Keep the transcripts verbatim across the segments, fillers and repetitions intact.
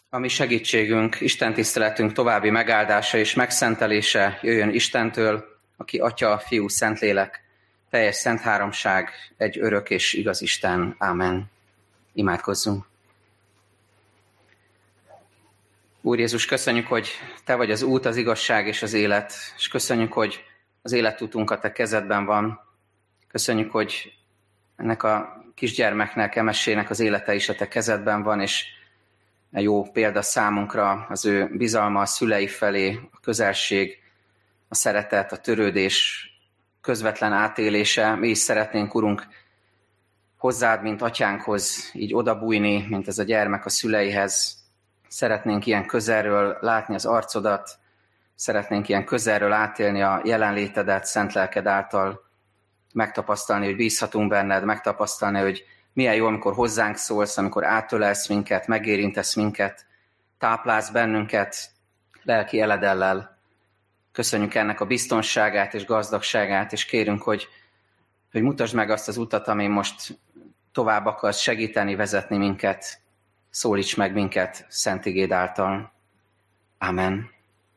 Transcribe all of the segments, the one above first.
A mi segítségünk, Isten tiszteletünk további megáldása és megszentelése jöjjön Istentől, aki Atya, Fiú, Szentlélek, teljes szent háromság, egy örök és igaz Isten. Ámen. Imádkozzunk. Úr Jézus, köszönjük, hogy Te vagy az út, az igazság és az élet, és köszönjük, hogy az életutunk a Te kezedben van. Köszönjük, hogy ennek a kisgyermeknek, Emesének az élete is a Te kezedben van, és jó példa számunkra az ő bizalma a szülei felé, a közelség, a szeretet, a törődés közvetlen átélése. Mi is szeretnénk, Urunk, hozzád, mint atyánkhoz, így odabújni, mint ez a gyermek a szüleihez. Szeretnénk ilyen közelről látni az arcodat, szeretnénk ilyen közelről átélni a jelenlétedet, szent lelked által, megtapasztalni, hogy bízhatunk benned, megtapasztalni, hogy milyen jó, amikor hozzánk szólsz, amikor átölelsz minket, megérintesz minket, táplálsz bennünket lelki eledellel. Köszönjük ennek a biztonságát és gazdagságát, és kérünk, hogy, hogy mutasd meg azt az utat, amin most tovább akarsz segíteni, vezetni minket. Szólíts meg minket szent igéd által. Amen.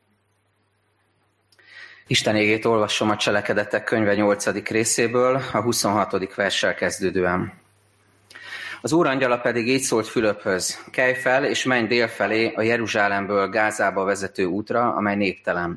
Isten igét olvasom a Cselekedetek könyve nyolcadik részéből, a huszonhatodik verssel kezdődően. Az úrangyala pedig így szólt Fülöphöz: kelj fel, és menj délfelé a Jeruzsálemből Gázába vezető útra, amely néptelen.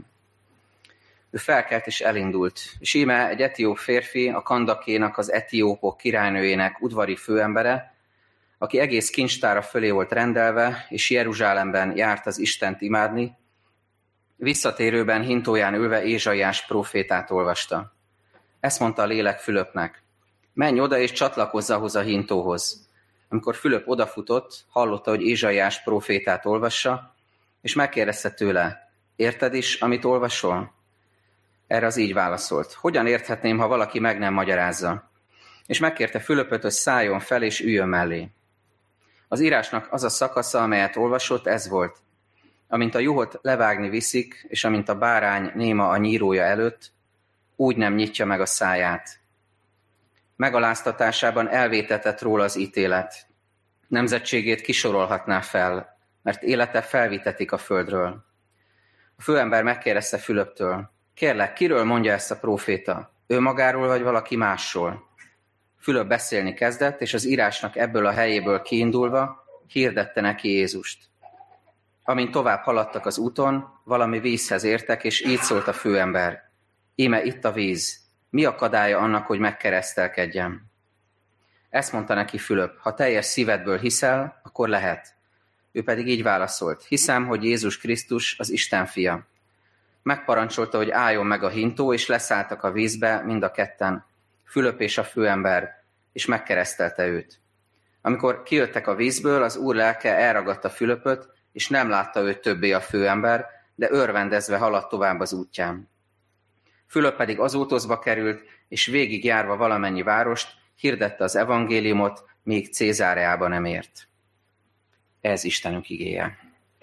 Ő felkelt és elindult, és íme egy etióp férfi, a Kandakénak, az etiópok királynőjének udvari főembere, aki egész kincstára fölé volt rendelve, és Jeruzsálemben járt az Istent imádni, visszatérőben hintóján ülve Ézsaiás prófétát olvasta. Ezt mondta a lélek Fülöpnek: menj oda és csatlakozz ahhoz a hintóhoz. Amikor Fülöp odafutott, hallotta, hogy Ézsaiás prófétát olvassa, és megkérdezte tőle: érted is, amit olvasol? Erre az így válaszolt: hogyan érthetném, ha valaki meg nem magyarázza? És megkérte Fülöpöt, hogy szálljon fel és üljön mellé. Az írásnak az a szakasza, amelyet olvasott, ez volt: amint a juhot levágni viszik, és amint a bárány néma a nyírója előtt, úgy nem nyitja meg a száját. Megaláztatásában elvétetett róla az ítélet. Nemzetségét kisorolhatná fel, mert élete felvitetik a földről. A főember megkérdezte Fülöptől: kérlek, kiről mondja ezt a próféta? Ő magáról vagy valaki másról? Fülöp beszélni kezdett, és az írásnak ebből a helyéből kiindulva hirdette neki Jézust. Amint tovább haladtak az úton, valami vízhez értek, és így szólt a főember: íme itt a víz. Mi akadálya annak, hogy megkeresztelkedjem? Ezt mondta neki Fülöp: ha teljes szívedből hiszel, akkor lehet. Ő pedig így válaszolt: hiszem, hogy Jézus Krisztus az Isten fia. Megparancsolta, hogy álljon meg a hintó, és leszálltak a vízbe mind a ketten, Fülöp és a főember, és megkeresztelte őt. Amikor kijöttek a vízből, az Úr lelke elragadta Fülöpöt, és nem látta őt többé a főember, de örvendezve haladt tovább az útján. Fülöp pedig Azótoszba került, és végigjárva valamennyi várost hirdette az evangéliumot, míg Cézáreába nem ért. Ez Istenünk igéje.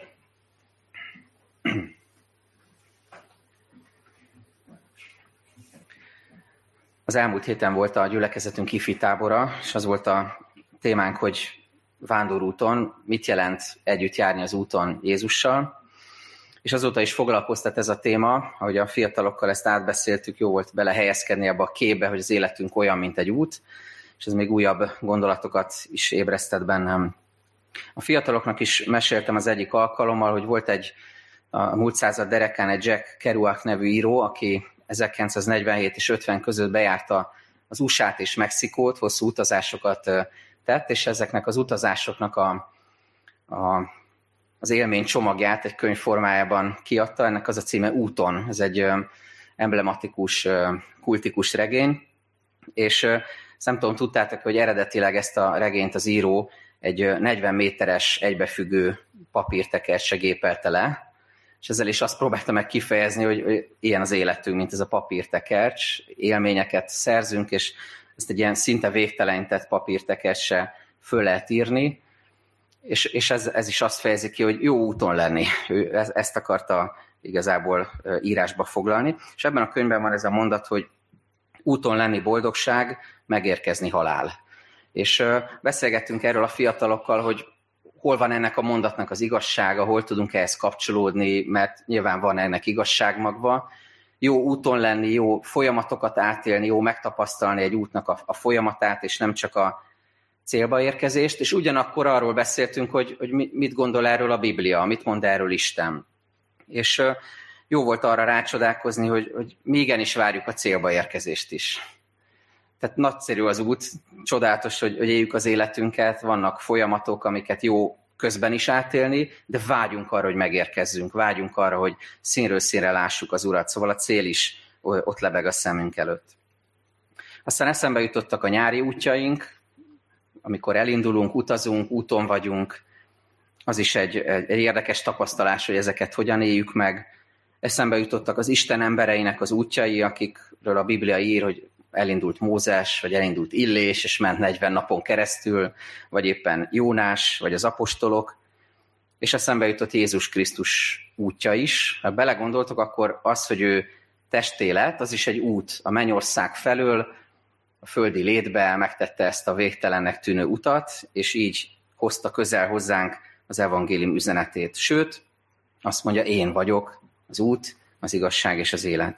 Az elmúlt héten volt a gyülekezetünk ifi tábora, és az volt a témánk, hogy vándorúton mit jelent együtt járni az úton Jézussal. És azóta is foglalkoztat ez a téma, ahogy a fiatalokkal ezt átbeszéltük, jó volt belehelyezkedni abba a képbe, hogy az életünk olyan, mint egy út, és ez még újabb gondolatokat is ébresztett bennem. A fiataloknak is meséltem az egyik alkalommal, hogy volt egy a múlt század derekán egy Jack Kerouac nevű író, aki ezerkilencszáznegyvenhét és ötven között bejárta az u es á-t és Mexikót, hosszú utazásokat tett, és ezeknek az utazásoknak a, a, az élmény csomagját egy könyv formájában kiadta. Ennek az a címe Úton. Ez egy emblematikus, kultikus regény, és ezt nem tudom, tudtátok, hogy eredetileg ezt a regényt az író egy negyven méteres egybefüggő papírtekercse gépelte le, és ezzel is azt próbáltam meg kifejezni, hogy, hogy ilyen az életünk, mint ez a papírtekercs, élményeket szerzünk, és ezt egy ilyen szinte végtelenített papírtekercsre föl lehet írni, és, és ez, ez is azt fejezi ki, hogy jó úton lenni. Ő ezt akarta igazából írásba foglalni, és ebben a könyvben van ez a mondat, hogy úton lenni boldogság, megérkezni halál. És beszélgettünk erről a fiatalokkal, hogy hol van ennek a mondatnak az igazsága, hol tudunk ehhez kapcsolódni, mert nyilván van ennek igazságmagva. Jó úton lenni, jó folyamatokat átélni, jó megtapasztalni egy útnak a, a folyamatát, és nem csak a célba érkezést, és ugyanakkor arról beszéltünk, hogy, hogy mit gondol erről a Biblia, mit mond erről Isten. És jó volt arra rácsodálkozni, hogy, hogy mi igenis várjuk a célba érkezést is. Tehát nagyszerű az út, csodálatos, hogy, hogy éljük az életünket, vannak folyamatok, amiket jó közben is átélni, de vágyunk arra, hogy megérkezzünk, vágyunk arra, hogy színről színre lássuk az Urat, szóval a cél is ott lebeg a szemünk előtt. Aztán eszembe jutottak a nyári útjaink, amikor elindulunk, utazunk, úton vagyunk, az is egy, egy, egy érdekes tapasztalás, hogy ezeket hogyan éljük meg. Eszembe jutottak az Isten embereinek az útjai, akikről a Biblia ír, hogy elindult Mózes, vagy elindult Illés, és ment negyven napon keresztül, vagy éppen Jónás, vagy az apostolok, és eszembe jutott Jézus Krisztus útja is. Ha belegondoltok, akkor az, hogy ő testélet, az is egy út a mennyország felől, a földi létbe megtette ezt a végtelennek tűnő utat, és így hozta közel hozzánk az evangélium üzenetét. Sőt, azt mondja, én vagyok az út, az igazság és az élet.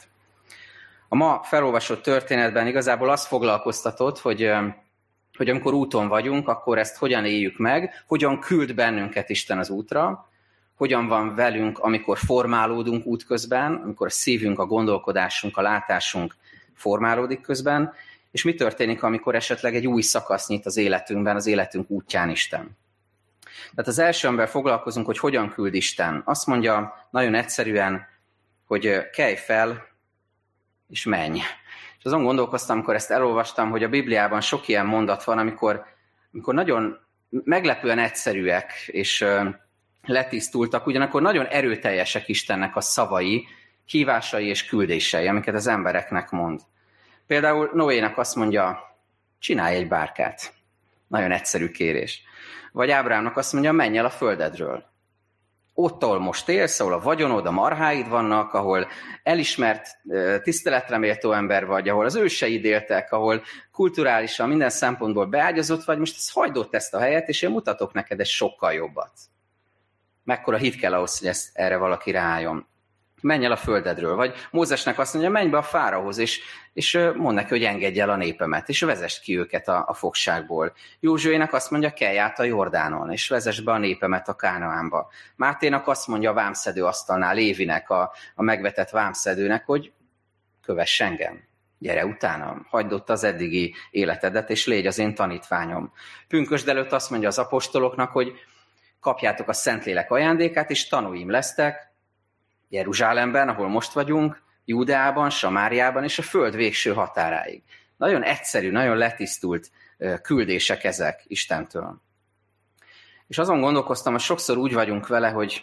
A ma felolvasott történetben igazából azt foglalkoztatott, hogy, hogy amikor úton vagyunk, akkor ezt hogyan éljük meg, hogyan küld bennünket Isten az útra, hogyan van velünk, amikor formálódunk útközben, amikor a szívünk, a gondolkodásunk, a látásunk formálódik közben, és mi történik, amikor esetleg egy új szakasz nyit az életünkben, az életünk útján Isten. Tehát az első, amivel foglalkozunk, hogy hogyan küld Isten. Azt mondja nagyon egyszerűen, hogy kelj fel, és menj. És azon gondolkoztam, amikor ezt elolvastam, hogy a Bibliában sok ilyen mondat van, amikor, amikor nagyon meglepően egyszerűek, és letisztultak, ugyanakkor nagyon erőteljesek Istennek a szavai, hívásai és küldései, amiket az embereknek mond. Például Noénak azt mondja, csinálj egy bárkát. Nagyon egyszerű kérés. Vagy Ábrámnak azt mondja, menj el a földedről. Ott, ahol most élsz, ahol a vagyonod, a marháid vannak, ahol elismert, tiszteletre méltó ember vagy, ahol az őseid éltek, ahol kulturálisan minden szempontból beágyazott vagy, most ezt hagyd ott ezt a helyet, és én mutatok neked egy sokkal jobbat. Mekkora hit kell ahhoz, hogy ezt, erre valaki ráálljon. Menj el a földedről. Vagy Mózesnek azt mondja, menj be a fáraóhoz, és, és mondd neki, hogy engedj el a népemet, és vezess ki őket a, a fogságból. Józsuének azt mondja, kelj át a Jordánon, és vezess be a népemet a Kánaánba. Máténak azt mondja a vámszedő asztalnál, Lévinek, a, a megvetett vámszedőnek, hogy kövess engem. Gyere utánam, hagyd ott az eddigi életedet, és légy az én tanítványom. Pünkösd előtt azt mondja az apostoloknak, hogy kapjátok a Szentlélek ajándékát, és tanúim lesztek Jeruzsálemben, ahol most vagyunk, Júdeában, Samáriában és a föld végső határáig. Nagyon egyszerű, nagyon letisztult küldések ezek Istentől. És azon gondolkoztam, hogy sokszor úgy vagyunk vele, hogy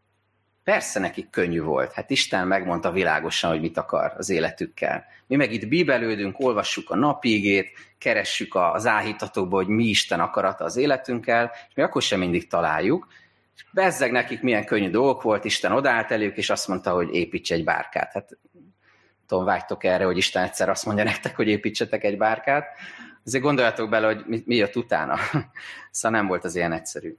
persze nekik könnyű volt. Hát Isten megmondta világosan, hogy mit akar az életükkel. Mi meg itt bíbelődünk, olvassuk a napigét, keressük az áhítatókba, hogy mi Isten akarata az életünkkel, és mi akkor sem mindig találjuk. És bezzeg nekik milyen könnyű dolgok volt, Isten odállt eléjük, és azt mondta, hogy építs egy bárkát. Hát tudom, vágytok erre, hogy Isten egyszer azt mondja nektek, hogy építsetek egy bárkát. Azért gondoljatok bele, hogy mi, mi jött utána. Szóval nem volt az ilyen egyszerű.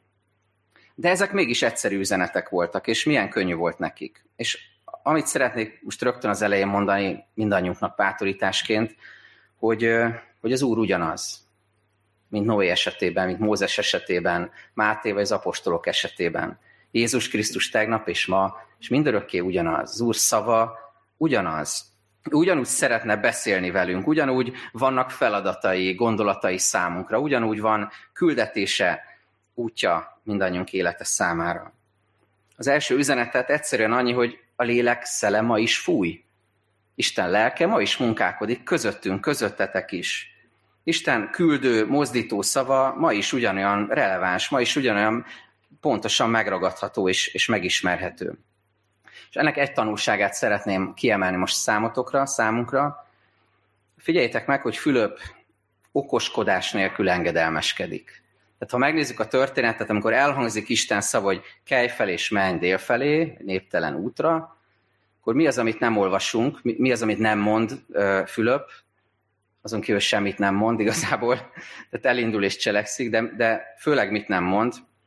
De ezek mégis egyszerű üzenetek voltak, és milyen könnyű volt nekik. És amit szeretnék most rögtön az elején mondani mindannyiunknak bátorításként, hogy, hogy az Úr ugyanaz, mint Noé esetében, mint Mózes esetében, Máté vagy az apostolok esetében. Jézus Krisztus tegnap és ma, és mindörökké ugyanaz. Az Úr szava ugyanaz. Ugyanúgy szeretne beszélni velünk, ugyanúgy vannak feladatai, gondolatai számunkra, ugyanúgy van küldetése, útja mindannyiunk élete számára. Az első üzenetet egyszerűen annyi, hogy a lélek szele ma is fúj. Isten lelke ma is munkálkodik közöttünk, közöttetek is. Isten küldő, mozdító szava ma is ugyanolyan releváns, ma is ugyanolyan pontosan megragadható és, és megismerhető. És ennek egy tanulságát szeretném kiemelni most számotokra, számunkra. Figyeljétek meg, hogy Fülöp okoskodás nélkül engedelmeskedik. Tehát ha megnézzük a történetet, amikor elhangzik Isten szava, hogy kelj fel és menj délfelé, néptelen útra, akkor mi az, amit nem olvasunk, mi az, amit nem mond uh, Fülöp, azon kívül semmit nem mond igazából, tehát elindul és cselekszik, de, de főleg mit nem mond,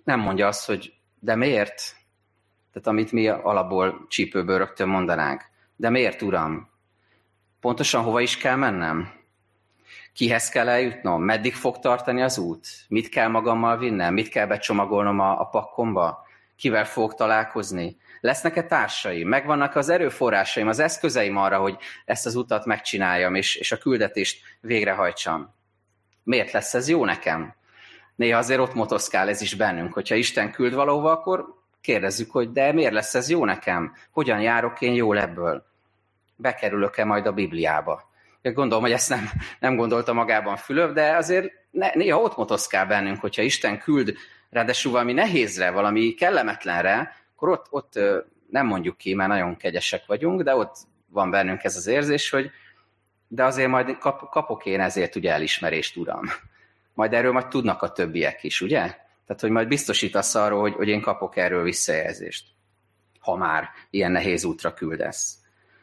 nem mondja azt, hogy de miért? Tehát amit mi alapból csípőből rögtön mondanánk. De miért, Uram? Pontosan hova is kell mennem? Kihez kell eljutnom? Meddig fog tartani az út? Mit kell magammal vinnem? Mit kell becsomagolnom a, a pakkomba? Kivel fogok találkozni? Lesznek-e társaim? Megvannak az erőforrásaim, az eszközeim arra, hogy ezt az utat megcsináljam, és, és a küldetést végrehajtsam? Miért lesz ez jó nekem? Néha azért ott motoszkál ez is bennünk, hogyha Isten küld valahova, akkor kérdezzük, hogy de miért lesz ez jó nekem? Hogyan járok én jól ebből? Bekerülök-e majd a Bibliába? Gondolom, hogy ezt nem, nem gondolta magában Fülöp, de azért néha ott motoszkál bennünk, hogyha Isten küld, ráadásul valami nehézre, valami kellemetlenre, akkor ott, ott nem mondjuk ki, mert nagyon kegyesek vagyunk, de ott van bennünk ez az érzés, hogy de azért majd kap, kapok én ezért ugye elismerést, Uram. Majd erről majd tudnak a többiek is, ugye? Tehát, hogy majd biztosítasz arról, hogy, hogy én kapok erről visszajelzést, ha már ilyen nehéz útra küldesz.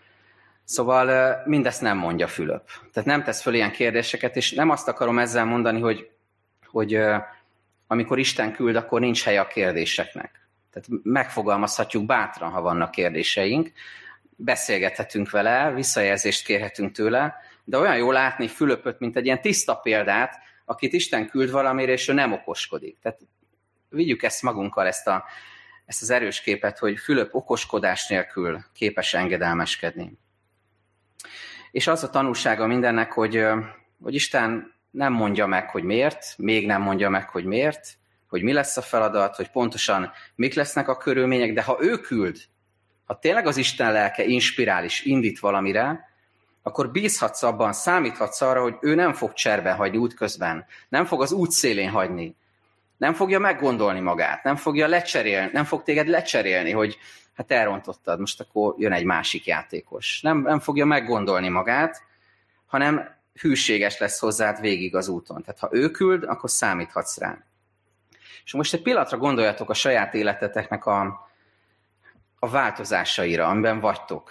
Szóval mindezt nem mondja Fülöp. Tehát nem tesz föl ilyen kérdéseket, és nem azt akarom ezzel mondani, hogy, hogy amikor Isten küld, akkor nincs helye a kérdéseknek. Tehát megfogalmazhatjuk bátran, ha vannak kérdéseink, beszélgethetünk vele, visszajelzést kérhetünk tőle, de olyan jó látni Fülöpöt, mint egy ilyen tiszta példát, akit Isten küld valamire, és ő nem okoskodik. Tehát vigyük ezt magunkkal, ezt, a, ezt az erős képet, hogy Fülöp okoskodás nélkül képes engedelmeskedni. És az a tanulsága mindennek, hogy, hogy Isten nem mondja meg, hogy miért, még nem mondja meg, hogy miért, hogy mi lesz a feladat, hogy pontosan mik lesznek a körülmények, de ha ő küld, ha tényleg az Isten lelke inspirál és indít valamire, akkor bízhatsz abban, számíthatsz arra, hogy ő nem fog cserben hagyni útközben, nem fog az út szélén hagyni, nem fogja meggondolni magát, nem fogja lecserélni, nem fog téged lecserélni, hogy hát elrontottad, most akkor jön egy másik játékos. Nem, nem fogja meggondolni magát, hanem hűséges lesz hozzád végig az úton. Tehát ha ő küld, akkor számíthatsz rá. És most egy pillanatra gondoljatok a saját életeteknek a, a változásaira, amiben vagytok.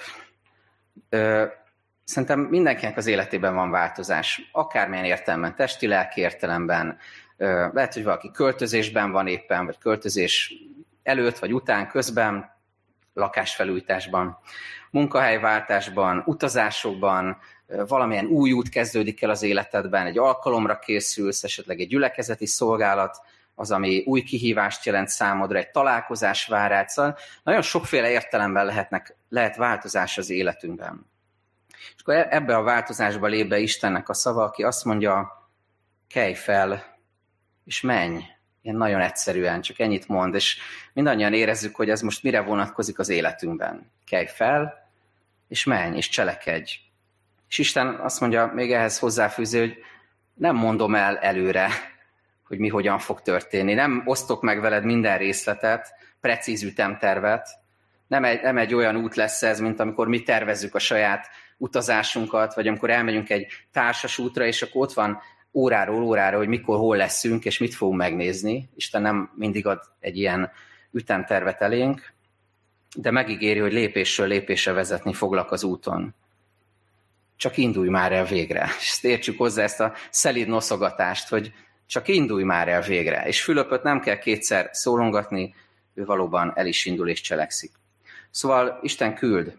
Ö, szerintem mindenkinek az életében van változás, akármilyen értelemben, testi, lelki értelemben. Ö, lehet, hogy valaki költözésben van éppen, vagy költözés előtt, vagy után, közben, lakásfelújításban, munkahelyváltásban, utazásokban, valamilyen új út kezdődik el az életedben, egy alkalomra készülsz, esetleg egy gyülekezeti szolgálat, az, ami új kihívást jelent számodra, egy találkozás vár rád. Szóval nagyon sokféle értelemben lehetnek, lehet változás az életünkben. És akkor ebbe a változásba lép be Istennek a szava, aki azt mondja, kelj fel, és menj. Ilyen nagyon egyszerűen, csak ennyit mond, és mindannyian érezzük, hogy ez most mire vonatkozik az életünkben. Kelj fel, és menj, és cselekedj. És Isten azt mondja, még ehhez hozzáfűzi, hogy nem mondom el előre, hogy mi hogyan fog történni. Nem osztok meg veled minden részletet, precíz ütemtervet. Nem egy, nem egy olyan út lesz ez, mint amikor mi tervezzük a saját utazásunkat, vagy amikor elmegyünk egy társas útra, és akkor ott van óráról órára, hogy mikor, hol leszünk, és mit fogunk megnézni. Isten nem mindig ad egy ilyen ütemtervet elénk, de megígéri, hogy lépésről lépésre vezetni foglak az úton. Csak indulj már el végre. És ezt értsük hozzá, ezt a szelíd noszogatást, hogy csak indulj már el végre. És Fülöpöt nem kell kétszer szólongatni, ő valóban el is indul és cselekszik. Szóval Isten küld.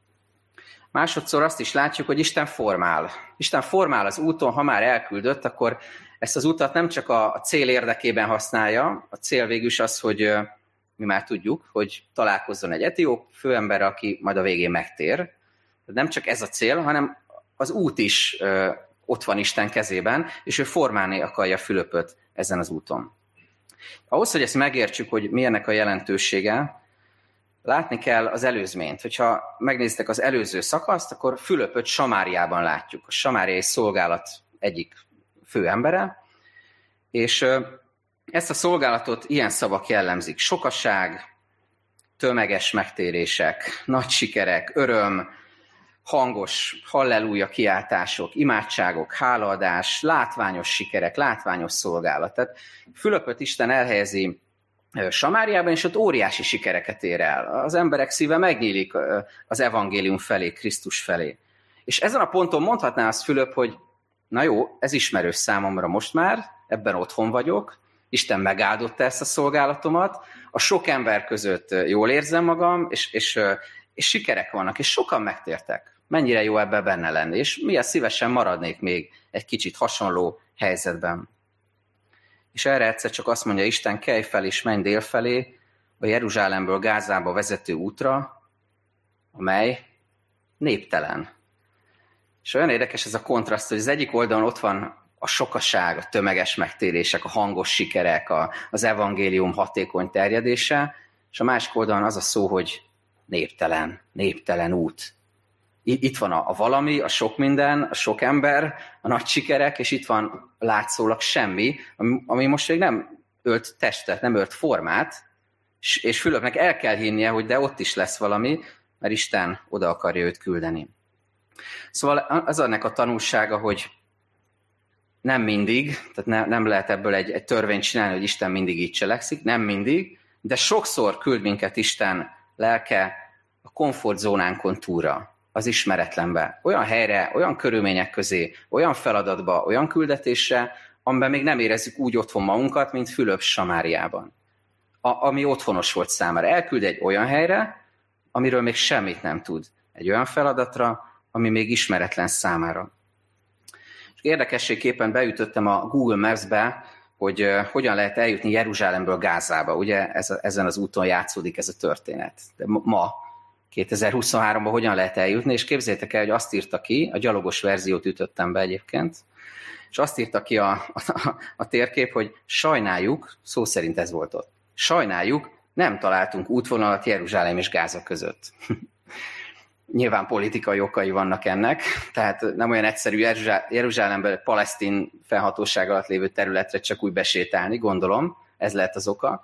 Másodszor azt is látjuk, hogy Isten formál. Isten formál az úton, ha már elküldött, akkor ezt az utat nem csak a cél érdekében használja, a cél végül is az, hogy mi már tudjuk, hogy találkozzon egy etióp főember, aki majd a végén megtér. Nem csak ez a cél, hanem az út is ott van Isten kezében, és ő formálni akarja Fülöpöt ezen az úton. Ahhoz, hogy ezt megértsük, hogy mi ennek a jelentősége, látni kell az előzményt. Hogyha megnézitek az előző szakaszt, akkor Fülöpöt Samáriában látjuk. A samáriai szolgálat egyik főembere, és ezt a szolgálatot ilyen szavak jellemzik. Sokaság, tömeges megtérések, nagy sikerek, öröm, hangos halleluja kiáltások, imádságok, hálaadás, látványos sikerek, látványos szolgálat. Tehát Fülöpöt Isten elhelyezi Samáriában, és ott óriási sikereket ér el. Az emberek szíve megnyílik az evangélium felé, Krisztus felé. És ezen a ponton mondhatná azt Fülöp, hogy na jó, ez ismerős számomra most már, ebben otthon vagyok, Isten megáldotta ezt a szolgálatomat, a sok ember között jól érzem magam, és, és, és sikerek vannak, és sokan megtértek. Mennyire jó ebben benne lenni, és milyen szívesen maradnék még egy kicsit hasonló helyzetben. És erre egyszer csak azt mondja Isten, kelj fel és menj délfelé, a Jeruzsálemből Gázába vezető útra, amely néptelen. És olyan érdekes ez a kontraszt, hogy az egyik oldalon ott van a sokaság, a tömeges megtérések, a hangos sikerek, a, az evangélium hatékony terjedése, és a másik oldalon az a szó, hogy néptelen, néptelen út. Itt van a, a valami, a sok minden, a sok ember, a nagy sikerek, és itt van látszólag semmi, ami, ami most még nem ölt testet, nem ölt formát, és, és Fülöpnek el kell hinnie, hogy de ott is lesz valami, mert Isten oda akarja őt küldeni. Szóval az ennek a tanulsága, hogy nem mindig, tehát ne, nem lehet ebből egy, egy törvényt csinálni, hogy Isten mindig így cselekszik, nem mindig, de sokszor küld minket Isten lelke a komfortzónánkon túlra, az ismeretlenbe, olyan helyre, olyan körülmények közé, olyan feladatba, olyan küldetésre, amiben még nem érezzük úgy otthon magunkat, mint Fülöp Samáriában. A, ami otthonos volt számára. Elküld egy olyan helyre, amiről még semmit nem tud. Egy olyan feladatra, ami még ismeretlen számára. És érdekességképpen beütöttem a Google Maps-be, hogy uh, hogyan lehet eljutni Jeruzsálemből Gázába. Ugye ez a, ezen az úton játszódik ez a történet. De ma, kétezer-huszonháromban hogyan lehet eljutni, és képzeljétek el, hogy azt írta ki, a gyalogos verziót ütöttem be egyébként, és azt írta ki a, a, a térkép, hogy sajnáljuk, szó szerint ez volt ott, sajnáljuk, nem találtunk útvonalat Jeruzsálem és Gáza között. Nyilván politikai okai vannak ennek, tehát nem olyan egyszerű Jeruzsálemben palesztin felhatóság alatt lévő területre csak úgy besétálni, gondolom, ez lehet az oka.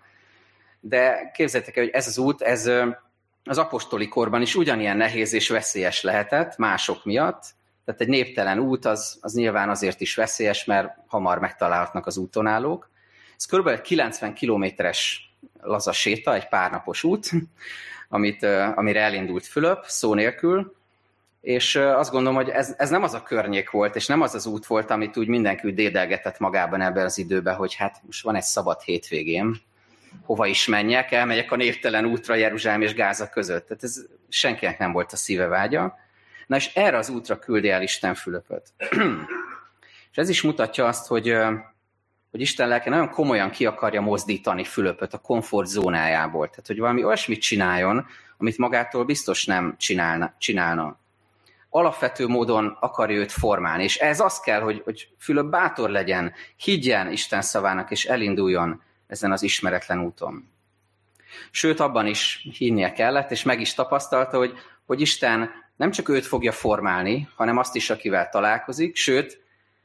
De képzeljétek el, hogy ez az út, ez az apostoli korban is ugyanilyen nehéz és veszélyes lehetett, mások miatt. Tehát egy néptelen út az, az nyilván azért is veszélyes, mert hamar megtalálhatnak az úton állók. Ez kb. kilencven kilométeres laza séta, egy párnapos út, amit, amire elindult Fülöp, szó nélkül, és azt gondolom, hogy ez, ez nem az a környék volt, és nem az az út volt, amit úgy mindenki úgy dédelgetett magában ebben az időben, hogy hát most van egy szabad hétvégém, hova is menjek, elmegyek a névtelen útra Jeruzsálem és Gáza között. Tehát ez senkinek nem volt a szíve vágya. Na és erre az útra küldi el Isten Fülöpöt. És ez is mutatja azt, hogy, hogy Isten lelke nagyon komolyan ki akarja mozdítani Fülöpöt a komfortzónájából. Tehát, hogy valami olyasmit csináljon, amit magától biztos nem csinálna. csinálna. Alapvető módon akarja őt formálni. És ez az kell, hogy, hogy Fülöp bátor legyen, higgyen Isten szavának, és elinduljon ezen az ismeretlen úton. Sőt, abban is hinnie kellett, és meg is tapasztalta, hogy, hogy Isten nem csak őt fogja formálni, hanem azt is, akivel találkozik, sőt,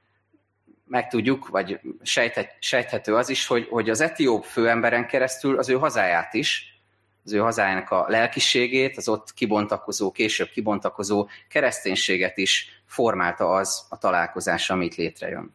megtudjuk, vagy sejthet, sejthető az is, hogy, hogy az etióp főemberen keresztül az ő hazáját is, az ő hazájának a lelkiségét, az ott kibontakozó, később kibontakozó kereszténységet is formálta az a találkozás, amit létrejön.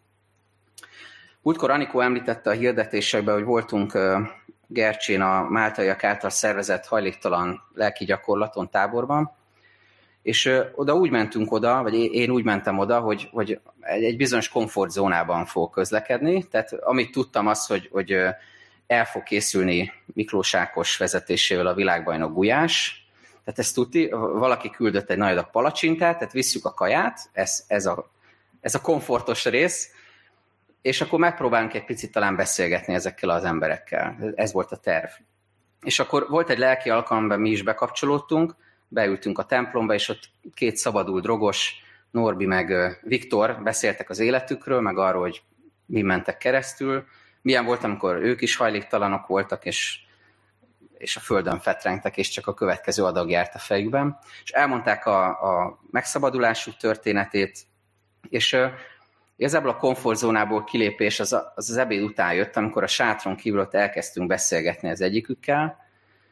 Múltkor Anikó említette a hirdetésekben, hogy voltunk Gercsén a máltaiak által szervezett hajléktalan lelki gyakorlaton, táborban, és oda úgy mentünk oda, vagy én úgy mentem oda, hogy, hogy egy bizonyos komfortzónában fog közlekedni, tehát amit tudtam az, hogy, hogy el fog készülni Miklós Ákos vezetésével a világbajnok gulyás, tehát ezt tudti, valaki küldött egy nagy adag palacsintát, tehát visszük a kaját, ez, ez, a, ez a komfortos rész, és akkor megpróbálunk egy picit talán beszélgetni ezekkel az emberekkel. Ez volt a terv. És akkor volt egy lelki alkalomban, mi is bekapcsolódtunk, beültünk a templomba, és ott két szabadul drogos, Norbi meg Viktor beszéltek az életükről, meg arról, hogy mi mentek keresztül. Milyen volt, amikor ők is hajléktalanok voltak, és, és a földön fetrengtek, és csak a következő adag járt a fejükben. És elmondták a, a megszabadulásuk történetét, és igazából a komfortzónából kilépés az, a, az az ebéd után jött, amikor a sátron kívül ott elkezdtünk beszélgetni az egyikükkel,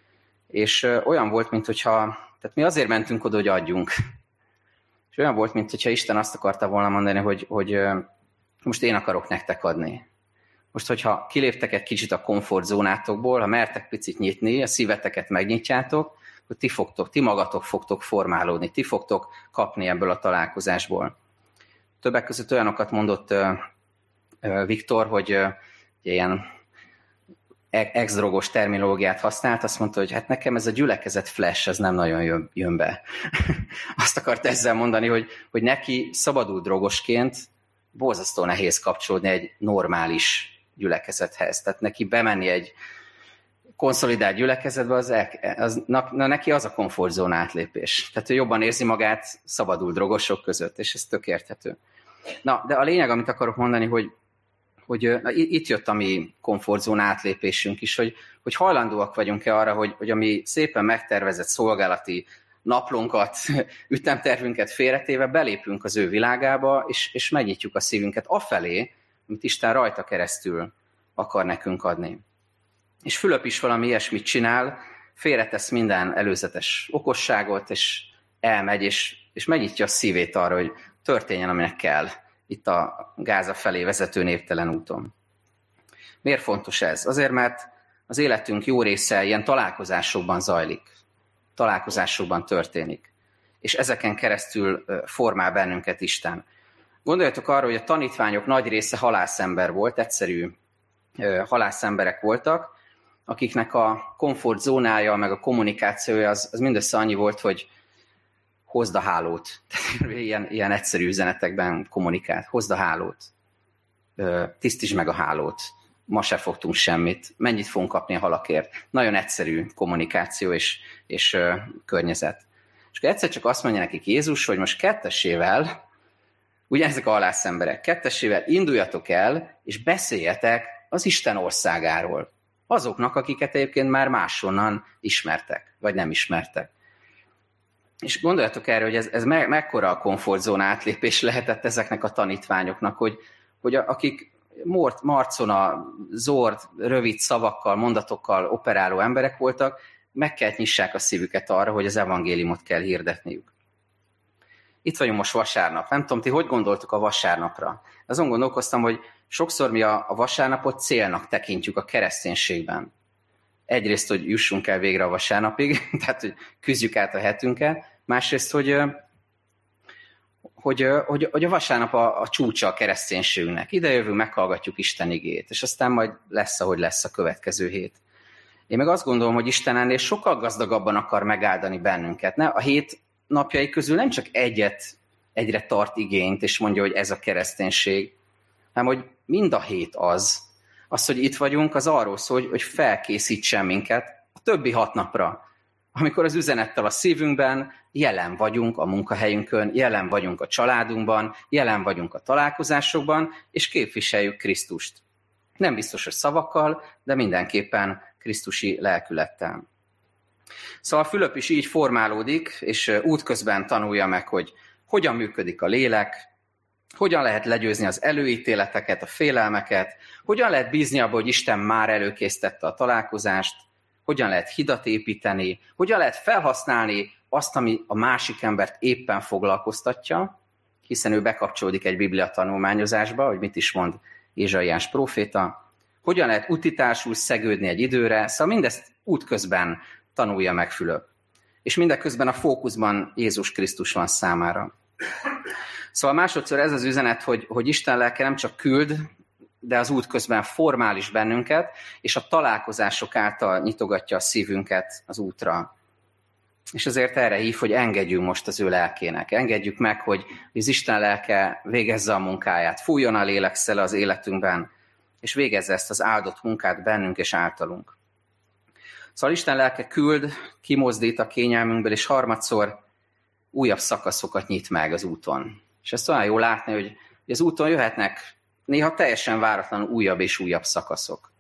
és olyan volt, mintha, tehát mi azért mentünk oda, hogy adjunk. És olyan volt, mintha Isten azt akarta volna mondani, hogy, hogy most én akarok nektek adni. Most, hogyha kiléptek egy kicsit a komfortzónátokból, ha mertek picit nyitni, a szíveteket megnyitjátok, hogy ti, fogtok, ti magatok fogtok formálódni, ti fogtok kapni ebből a találkozásból. Többek között olyanokat mondott uh, uh, Viktor, hogy uh, ilyen ex-drogos terminológiát használt, azt mondta, hogy hát nekem ez a gyülekezet flash, ez nem nagyon jön, jön be. Azt akart ezzel mondani, hogy, hogy neki szabadult drogosként borzasztó nehéz kapcsolódni egy normális gyülekezethez. Tehát neki bemenni egy konszolidált gyülekezetbe, az, az, na, na, neki az a komfortzóna átlépés. Tehát ő jobban érzi magát szabadult drogosok között, és ez tök érthető. Na, de a lényeg, amit akarok mondani, hogy hogy na, itt jött a mi komfortzóna átlépésünk is, hogy, hogy hajlandóak vagyunk-e arra, hogy, hogy a mi szépen megtervezett szolgálati naplónkat, ütemtervünket félretéve belépünk az ő világába, és, és megnyitjuk a szívünket afelé, amit Isten rajta keresztül akar nekünk adni. És Fülöp is valami ilyesmit csinál, félretesz minden előzetes okosságot, és elmegy, és, és megnyitja a szívét arra, hogy történjen, aminek kell itt a Gáza felé vezető névtelen úton. Miért fontos ez? Azért, mert az életünk jó része ilyen találkozásokban zajlik. Találkozásokban történik. És ezeken keresztül formál bennünket Isten. Gondoljatok arra, hogy a tanítványok nagy része halászember volt, egyszerű halászemberek voltak, akiknek a komfortzónája, meg a kommunikációja az, az mindössze annyi volt, hogy hozd a hálót. ilyen, ilyen egyszerű üzenetekben kommunikált. Hozd a hálót. Tisztítsd meg a hálót. Ma se fogtunk semmit. Mennyit fogunk kapni a halakért? Nagyon egyszerű kommunikáció és, és uh, környezet. És akkor egyszer csak azt mondja nekik Jézus, hogy most kettesével, ugye ezek a halászemberek, kettesével induljatok el, és beszéljetek az Isten országáról. Azoknak, akiket egyébként már máshonnan ismertek, vagy nem ismertek. És gondoljatok erre, hogy ez, ez me, mekkora a komfortzóna átlépés lehetett ezeknek a tanítványoknak, hogy, hogy a, akik mort, marcona, zord, rövid szavakkal, mondatokkal operáló emberek voltak, meg kell nyissák a szívüket arra, hogy az evangéliumot kell hirdetniük. Itt vagyunk most vasárnap. Nem tudom, ti hogy gondoltuk a vasárnapra? Azon gondolkoztam, hogy sokszor mi a, a vasárnapot célnak tekintjük a kereszténységben. Egyrészt, hogy jussunk el végre a vasárnapig, tehát, hogy küzdjük át a hetünket. Másrészt, hogy, hogy, hogy, hogy a vasárnap a, a csúcsa a kereszténységünknek. Ide jövünk, meghallgatjuk Isten igét, és aztán majd lesz, ahogy lesz a következő hét. Én meg azt gondolom, hogy Isten ennél sokkal gazdagabban akar megáldani bennünket. Ne? A hét napjai közül nem csak egyet, egyre tart igényt, és mondja, hogy ez a kereszténység, hanem hogy mind a hét az, az, hogy itt vagyunk, az arról szól, hogy, hogy felkészítsen minket a többi hat napra, amikor az üzenettel a szívünkben jelen vagyunk a munkahelyünkön, jelen vagyunk a családunkban, jelen vagyunk a találkozásokban, és képviseljük Krisztust. Nem biztos, hogy szavakkal, de mindenképpen krisztusi lelkülettel. Szóval Fülöp is így formálódik, és útközben tanulja meg, hogy hogyan működik a lélek, hogyan lehet legyőzni az előítéleteket, a félelmeket, hogyan lehet bízni abban, hogy Isten már előkészítette a találkozást, hogyan lehet hidat építeni, hogyan lehet felhasználni azt, ami a másik embert éppen foglalkoztatja, hiszen ő bekapcsolódik egy biblia tanulmányozásba, hogy mit is mond Ézsaiás próféta, hogyan lehet utitársul szegődni egy időre, szóval mindezt útközben tanulja meg Fülöp. És mindeközben a fókuszban Jézus Krisztus van számára. Szóval másodszor ez az üzenet, hogy, hogy Isten lelke nem csak küld, de az út közben formál is bennünket, és a találkozások által nyitogatja a szívünket az útra. És ezért erre hív, hogy engedjünk most az ő lelkének. Engedjük meg, hogy az Isten lelke végezze a munkáját, fújjon a lélekszele az életünkben, és végezze ezt az áldott munkát bennünk és általunk. Szóval Isten lelke küld, kimozdít a kényelmünkből, és harmadszor újabb szakaszokat nyit meg az úton. És ezt olyan jó látni, hogy az úton jöhetnek néha teljesen váratlanul újabb és újabb szakaszok.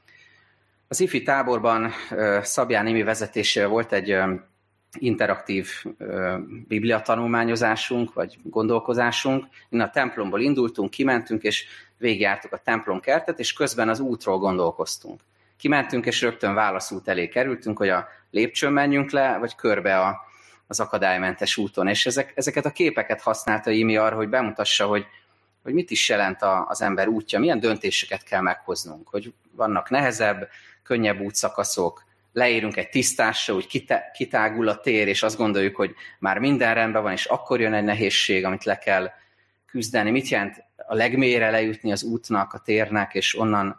Az ifi táborban Szabján Imi vezetésével volt egy interaktív bibliatanulmányozásunk, vagy gondolkozásunk. Innen a templomból indultunk, kimentünk, és végigjártuk a templom kertet, és közben az útról gondolkoztunk. Kimentünk, és rögtön válaszút elé kerültünk, hogy a lépcsőn menjünk le, vagy körbe a, az akadálymentes úton. És ezek, ezeket a képeket használta Imi arra, hogy bemutassa, hogy, hogy mit is jelent a, az ember útja, milyen döntéseket kell meghoznunk, hogy vannak nehezebb, könnyebb útszakaszok, leérünk egy tisztásra, úgy kitágul a tér, és azt gondoljuk, hogy már minden rendben van, és akkor jön egy nehézség, amit le kell küzdeni. Mit jelent a legmélyre lejutni az útnak, a térnek, és onnan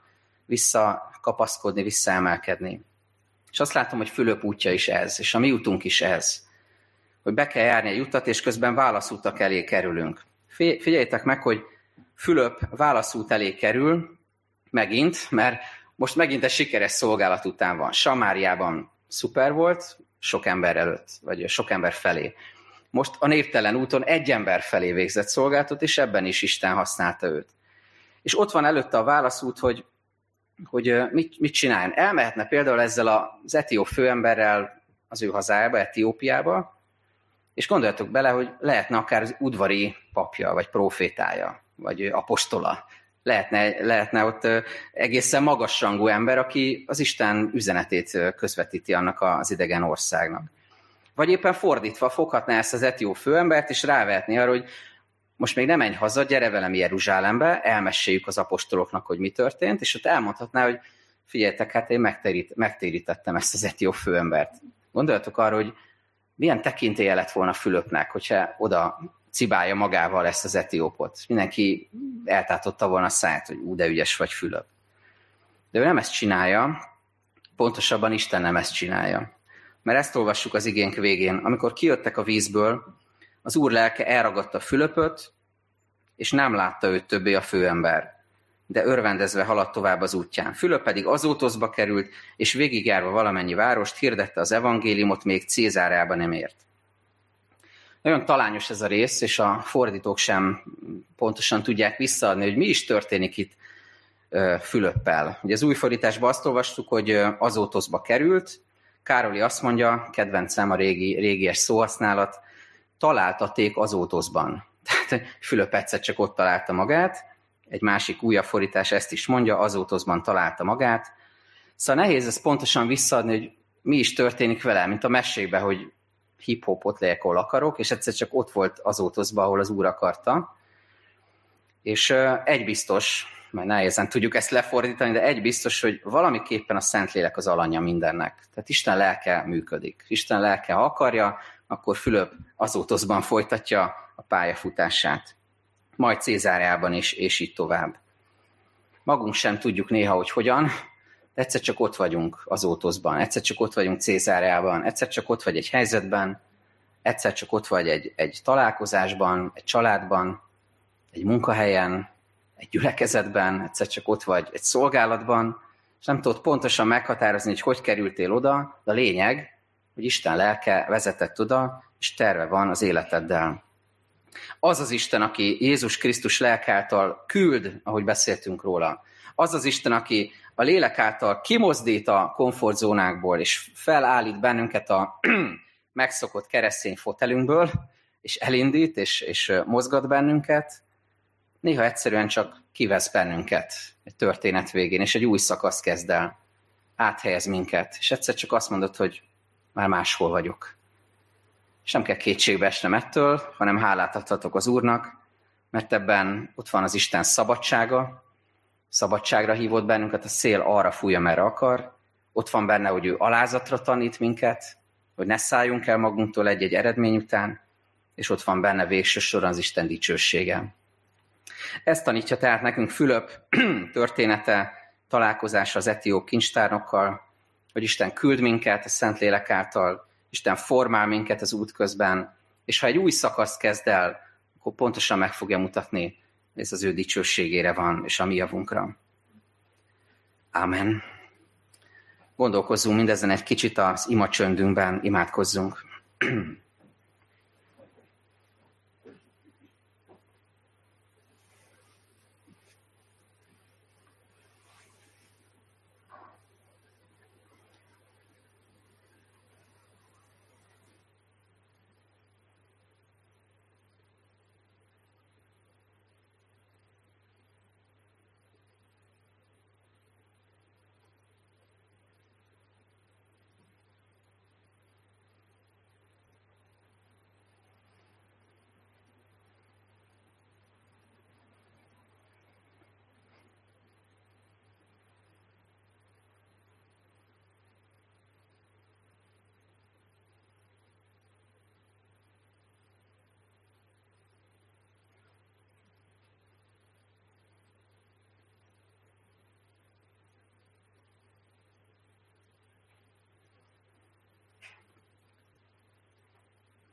visszakapaszkodni, visszaemelkedni. És azt látom, hogy Fülöp útja is ez, és a mi utunk is ez. Hogy be kell járni egy utat, és közben válaszútak elé kerülünk. Figyeljétek meg, hogy Fülöp válaszút elé kerül, megint, mert most megint egy sikeres szolgálat után van. Samáriában szuper volt, sok ember előtt, vagy sok ember felé. Most a névtelen úton egy ember felé végzett szolgálatot, és ebben is Isten használta őt. És ott van előtte a válaszút, hogy, hogy mit, mit csináljon. Elmehetne például ezzel az etióp főemberrel az ő hazájába, Etiópiába, és gondoljatok bele, hogy lehetne akár az udvari papja, vagy profétája, vagy apostola. Lehetne, lehetne ott egészen magasrangú ember, aki az Isten üzenetét közvetíti annak az idegen országnak. Vagy éppen fordítva foghatná ezt az etióp főembert, és rávehetné arra, hogy most még nem menj haza, gyere velem Jeruzsálembe, elmeséljük az apostoloknak, hogy mi történt, és ott elmondhatná, hogy figyeljetek, hát én megtérít, megtérítettem ezt az etióp főembert. Gondoljatok arra, hogy milyen tekintélye lett volna Fülöpnek, hogyha oda cibálja magával ezt az etiópot. Mindenki eltátotta volna a száját, hogy ú, de ügyes vagy, Fülöp. De ő nem ezt csinálja, pontosabban Isten nem ezt csinálja. Mert ezt olvassuk az igénk végén. Amikor kijöttek a vízből, az Úr lelke elragadta Fülöpöt, és nem látta őt többé a főember, de örvendezve haladt tovább az útján. Fülöp pedig Azótoszba került, és végigjárva valamennyi várost hirdette az evangéliumot, még Cézáreába nem ért. Nagyon talányos ez a rész, és a fordítók sem pontosan tudják visszaadni, hogy mi is történik itt Fülöppel. Ugye az új fordításban azt olvastuk, hogy Azótoszba került. Károli azt mondja, kedvencem a régi, régies szóhasználat, találtaték Azótoszban. Tehát Fülöp egyszer csak ott találta magát, egy másik újabb fordítás ezt is mondja, Azótoszban találta magát. Szóval nehéz ezt pontosan visszaadni, hogy mi is történik vele, mint a mesékben, hogy hip-hop ott legyek, ahol akarok, és egyszer csak ott volt Azótoszban, ahol az Úr akarta. És egy biztos, majd nehézen tudjuk ezt lefordítani, de egy biztos, hogy valamiképpen a Szentlélek az alanya mindennek. Tehát Isten lelke működik. Isten lelke, ha akarja, akkor Fülöp Azótoszban folytatja a pályafutását. Majd Cézáreában is, és így tovább. Magunk sem tudjuk néha, hogy hogyan, de egyszer csak ott vagyunk Azótoszban, egyszer csak ott vagyunk Cézáreában, egyszer csak ott vagy egy helyzetben, egyszer csak ott vagy egy, egy találkozásban, egy családban, egy munkahelyen, egy gyülekezetben, egyszer csak ott vagy egy szolgálatban, és nem tudod pontosan meghatározni, hogy hogy kerültél oda, de a lényeg, hogy Isten lelke vezetett oda, és terve van az életeddel. Az az Isten, aki Jézus Krisztus lelke által küld, ahogy beszéltünk róla. Az az Isten, aki a lélek által kimozdít a komfortzónákból, és felállít bennünket a megszokott keresztény fotelünkből, és elindít, és, és mozgat bennünket, néha egyszerűen csak kivesz bennünket egy történet végén, és egy új szakasz kezd el, áthelyez minket, és egyszer csak azt mondod, hogy már máshol vagyok. És nem kell kétségbe esnem ettől, hanem hálát adhatok az Úrnak, mert ebben ott van az Isten szabadsága, szabadságra hívott bennünket, a szél arra fújja, merre akar, ott van benne, hogy ő alázatra tanít minket, hogy ne szálljunk el magunktól egy-egy eredmény után, és ott van benne végső soron az Isten dicsősége. Ezt tanítja tehát nekünk Fülöp története, találkozása az etióp kincstárnokkal, hogy Isten küld minket a Szentlélek által, Isten formál minket az út közben, és ha egy új szakaszt kezd el, akkor pontosan meg fogja mutatni, hogy ez az ő dicsőségére van, és a mi javunkra. Ámen. Gondolkozzunk mindezen egy kicsit az imacsöndünkben, imádkozzunk.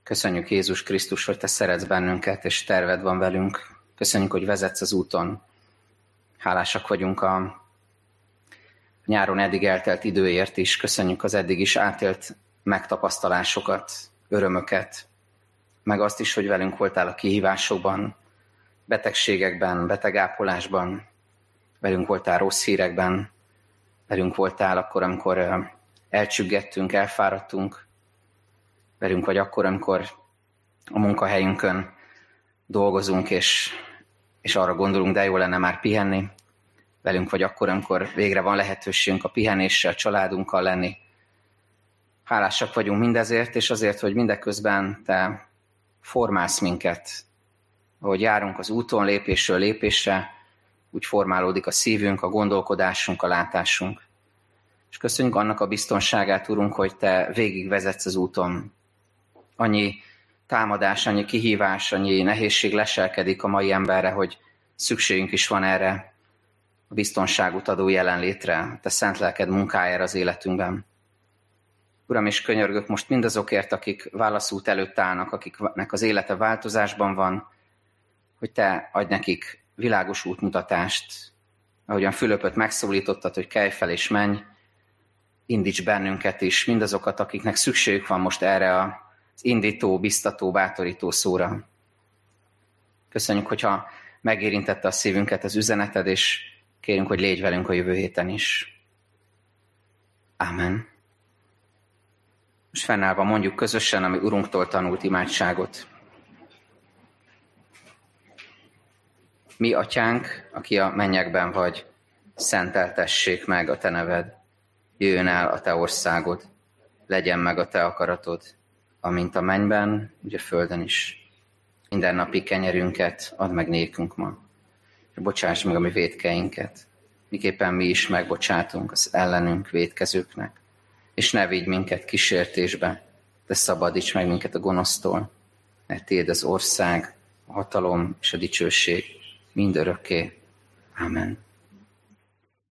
Köszönjük, Jézus Krisztus, hogy Te szeretsz bennünket, és terved van velünk. Köszönjük, hogy vezetsz az úton. Hálásak vagyunk a nyáron eddig eltelt időért is. Köszönjük az eddig is átélt megtapasztalásokat, örömöket, meg azt is, hogy velünk voltál a kihívásokban, betegségekben, betegápolásban, velünk voltál rossz hírekben, velünk voltál akkor, amikor elcsüggettünk, elfáradtunk, velünk vagy akkor, amikor a munkahelyünkön dolgozunk, és, és arra gondolunk, de jó lenne már pihenni, velünk vagy akkor, amikor végre van lehetőségünk a pihenéssel, a családunkkal lenni. Hálásak vagyunk mindezért, és azért, hogy mindeközben Te formálsz minket. Ahogy járunk az úton lépésről lépésre, úgy formálódik a szívünk, a gondolkodásunk, a látásunk. És köszönjük annak a biztonságát, Urunk, hogy Te végigvezetsz az úton. Annyi támadás, annyi kihívás, annyi nehézség leselkedik a mai emberre, hogy szükségünk is van erre a biztonságot adó jelenlétre, Te szent lelked munkájára az életünkben. Uram, és könyörgök most mindazokért, akik válaszút előtt állnak, akiknek az élete változásban van, hogy Te adj nekik világos útmutatást, ahogyan Fülöpöt megszólítottad, hogy kelj fel és menj, indíts bennünket is, mindazokat, akiknek szükségük van most erre az indító, biztató, bátorító szóra. Köszönjük, hogyha megérintette a szívünket az üzeneted, és kérünk, hogy légy velünk a jövő héten is. Ámen. Most fennállva mondjuk közösen, ami Urunktól tanult imádságot. Mi, Atyánk, aki a mennyekben vagy, szenteltessék meg a Te neved. Jöjjön el a Te országod, legyen meg a Te akaratod, amint a mennyben, úgy a földön is. Minden napi kenyerünket add meg nékünk ma, és bocsáss meg a mi vétkeinket, miképpen mi is megbocsátunk az ellenünk vétkezőknek, és ne vigy minket kísértésbe, de szabadíts meg minket a gonosztól, mert Tiéd az ország, a hatalom és a dicsőség mindörökké. Ámen.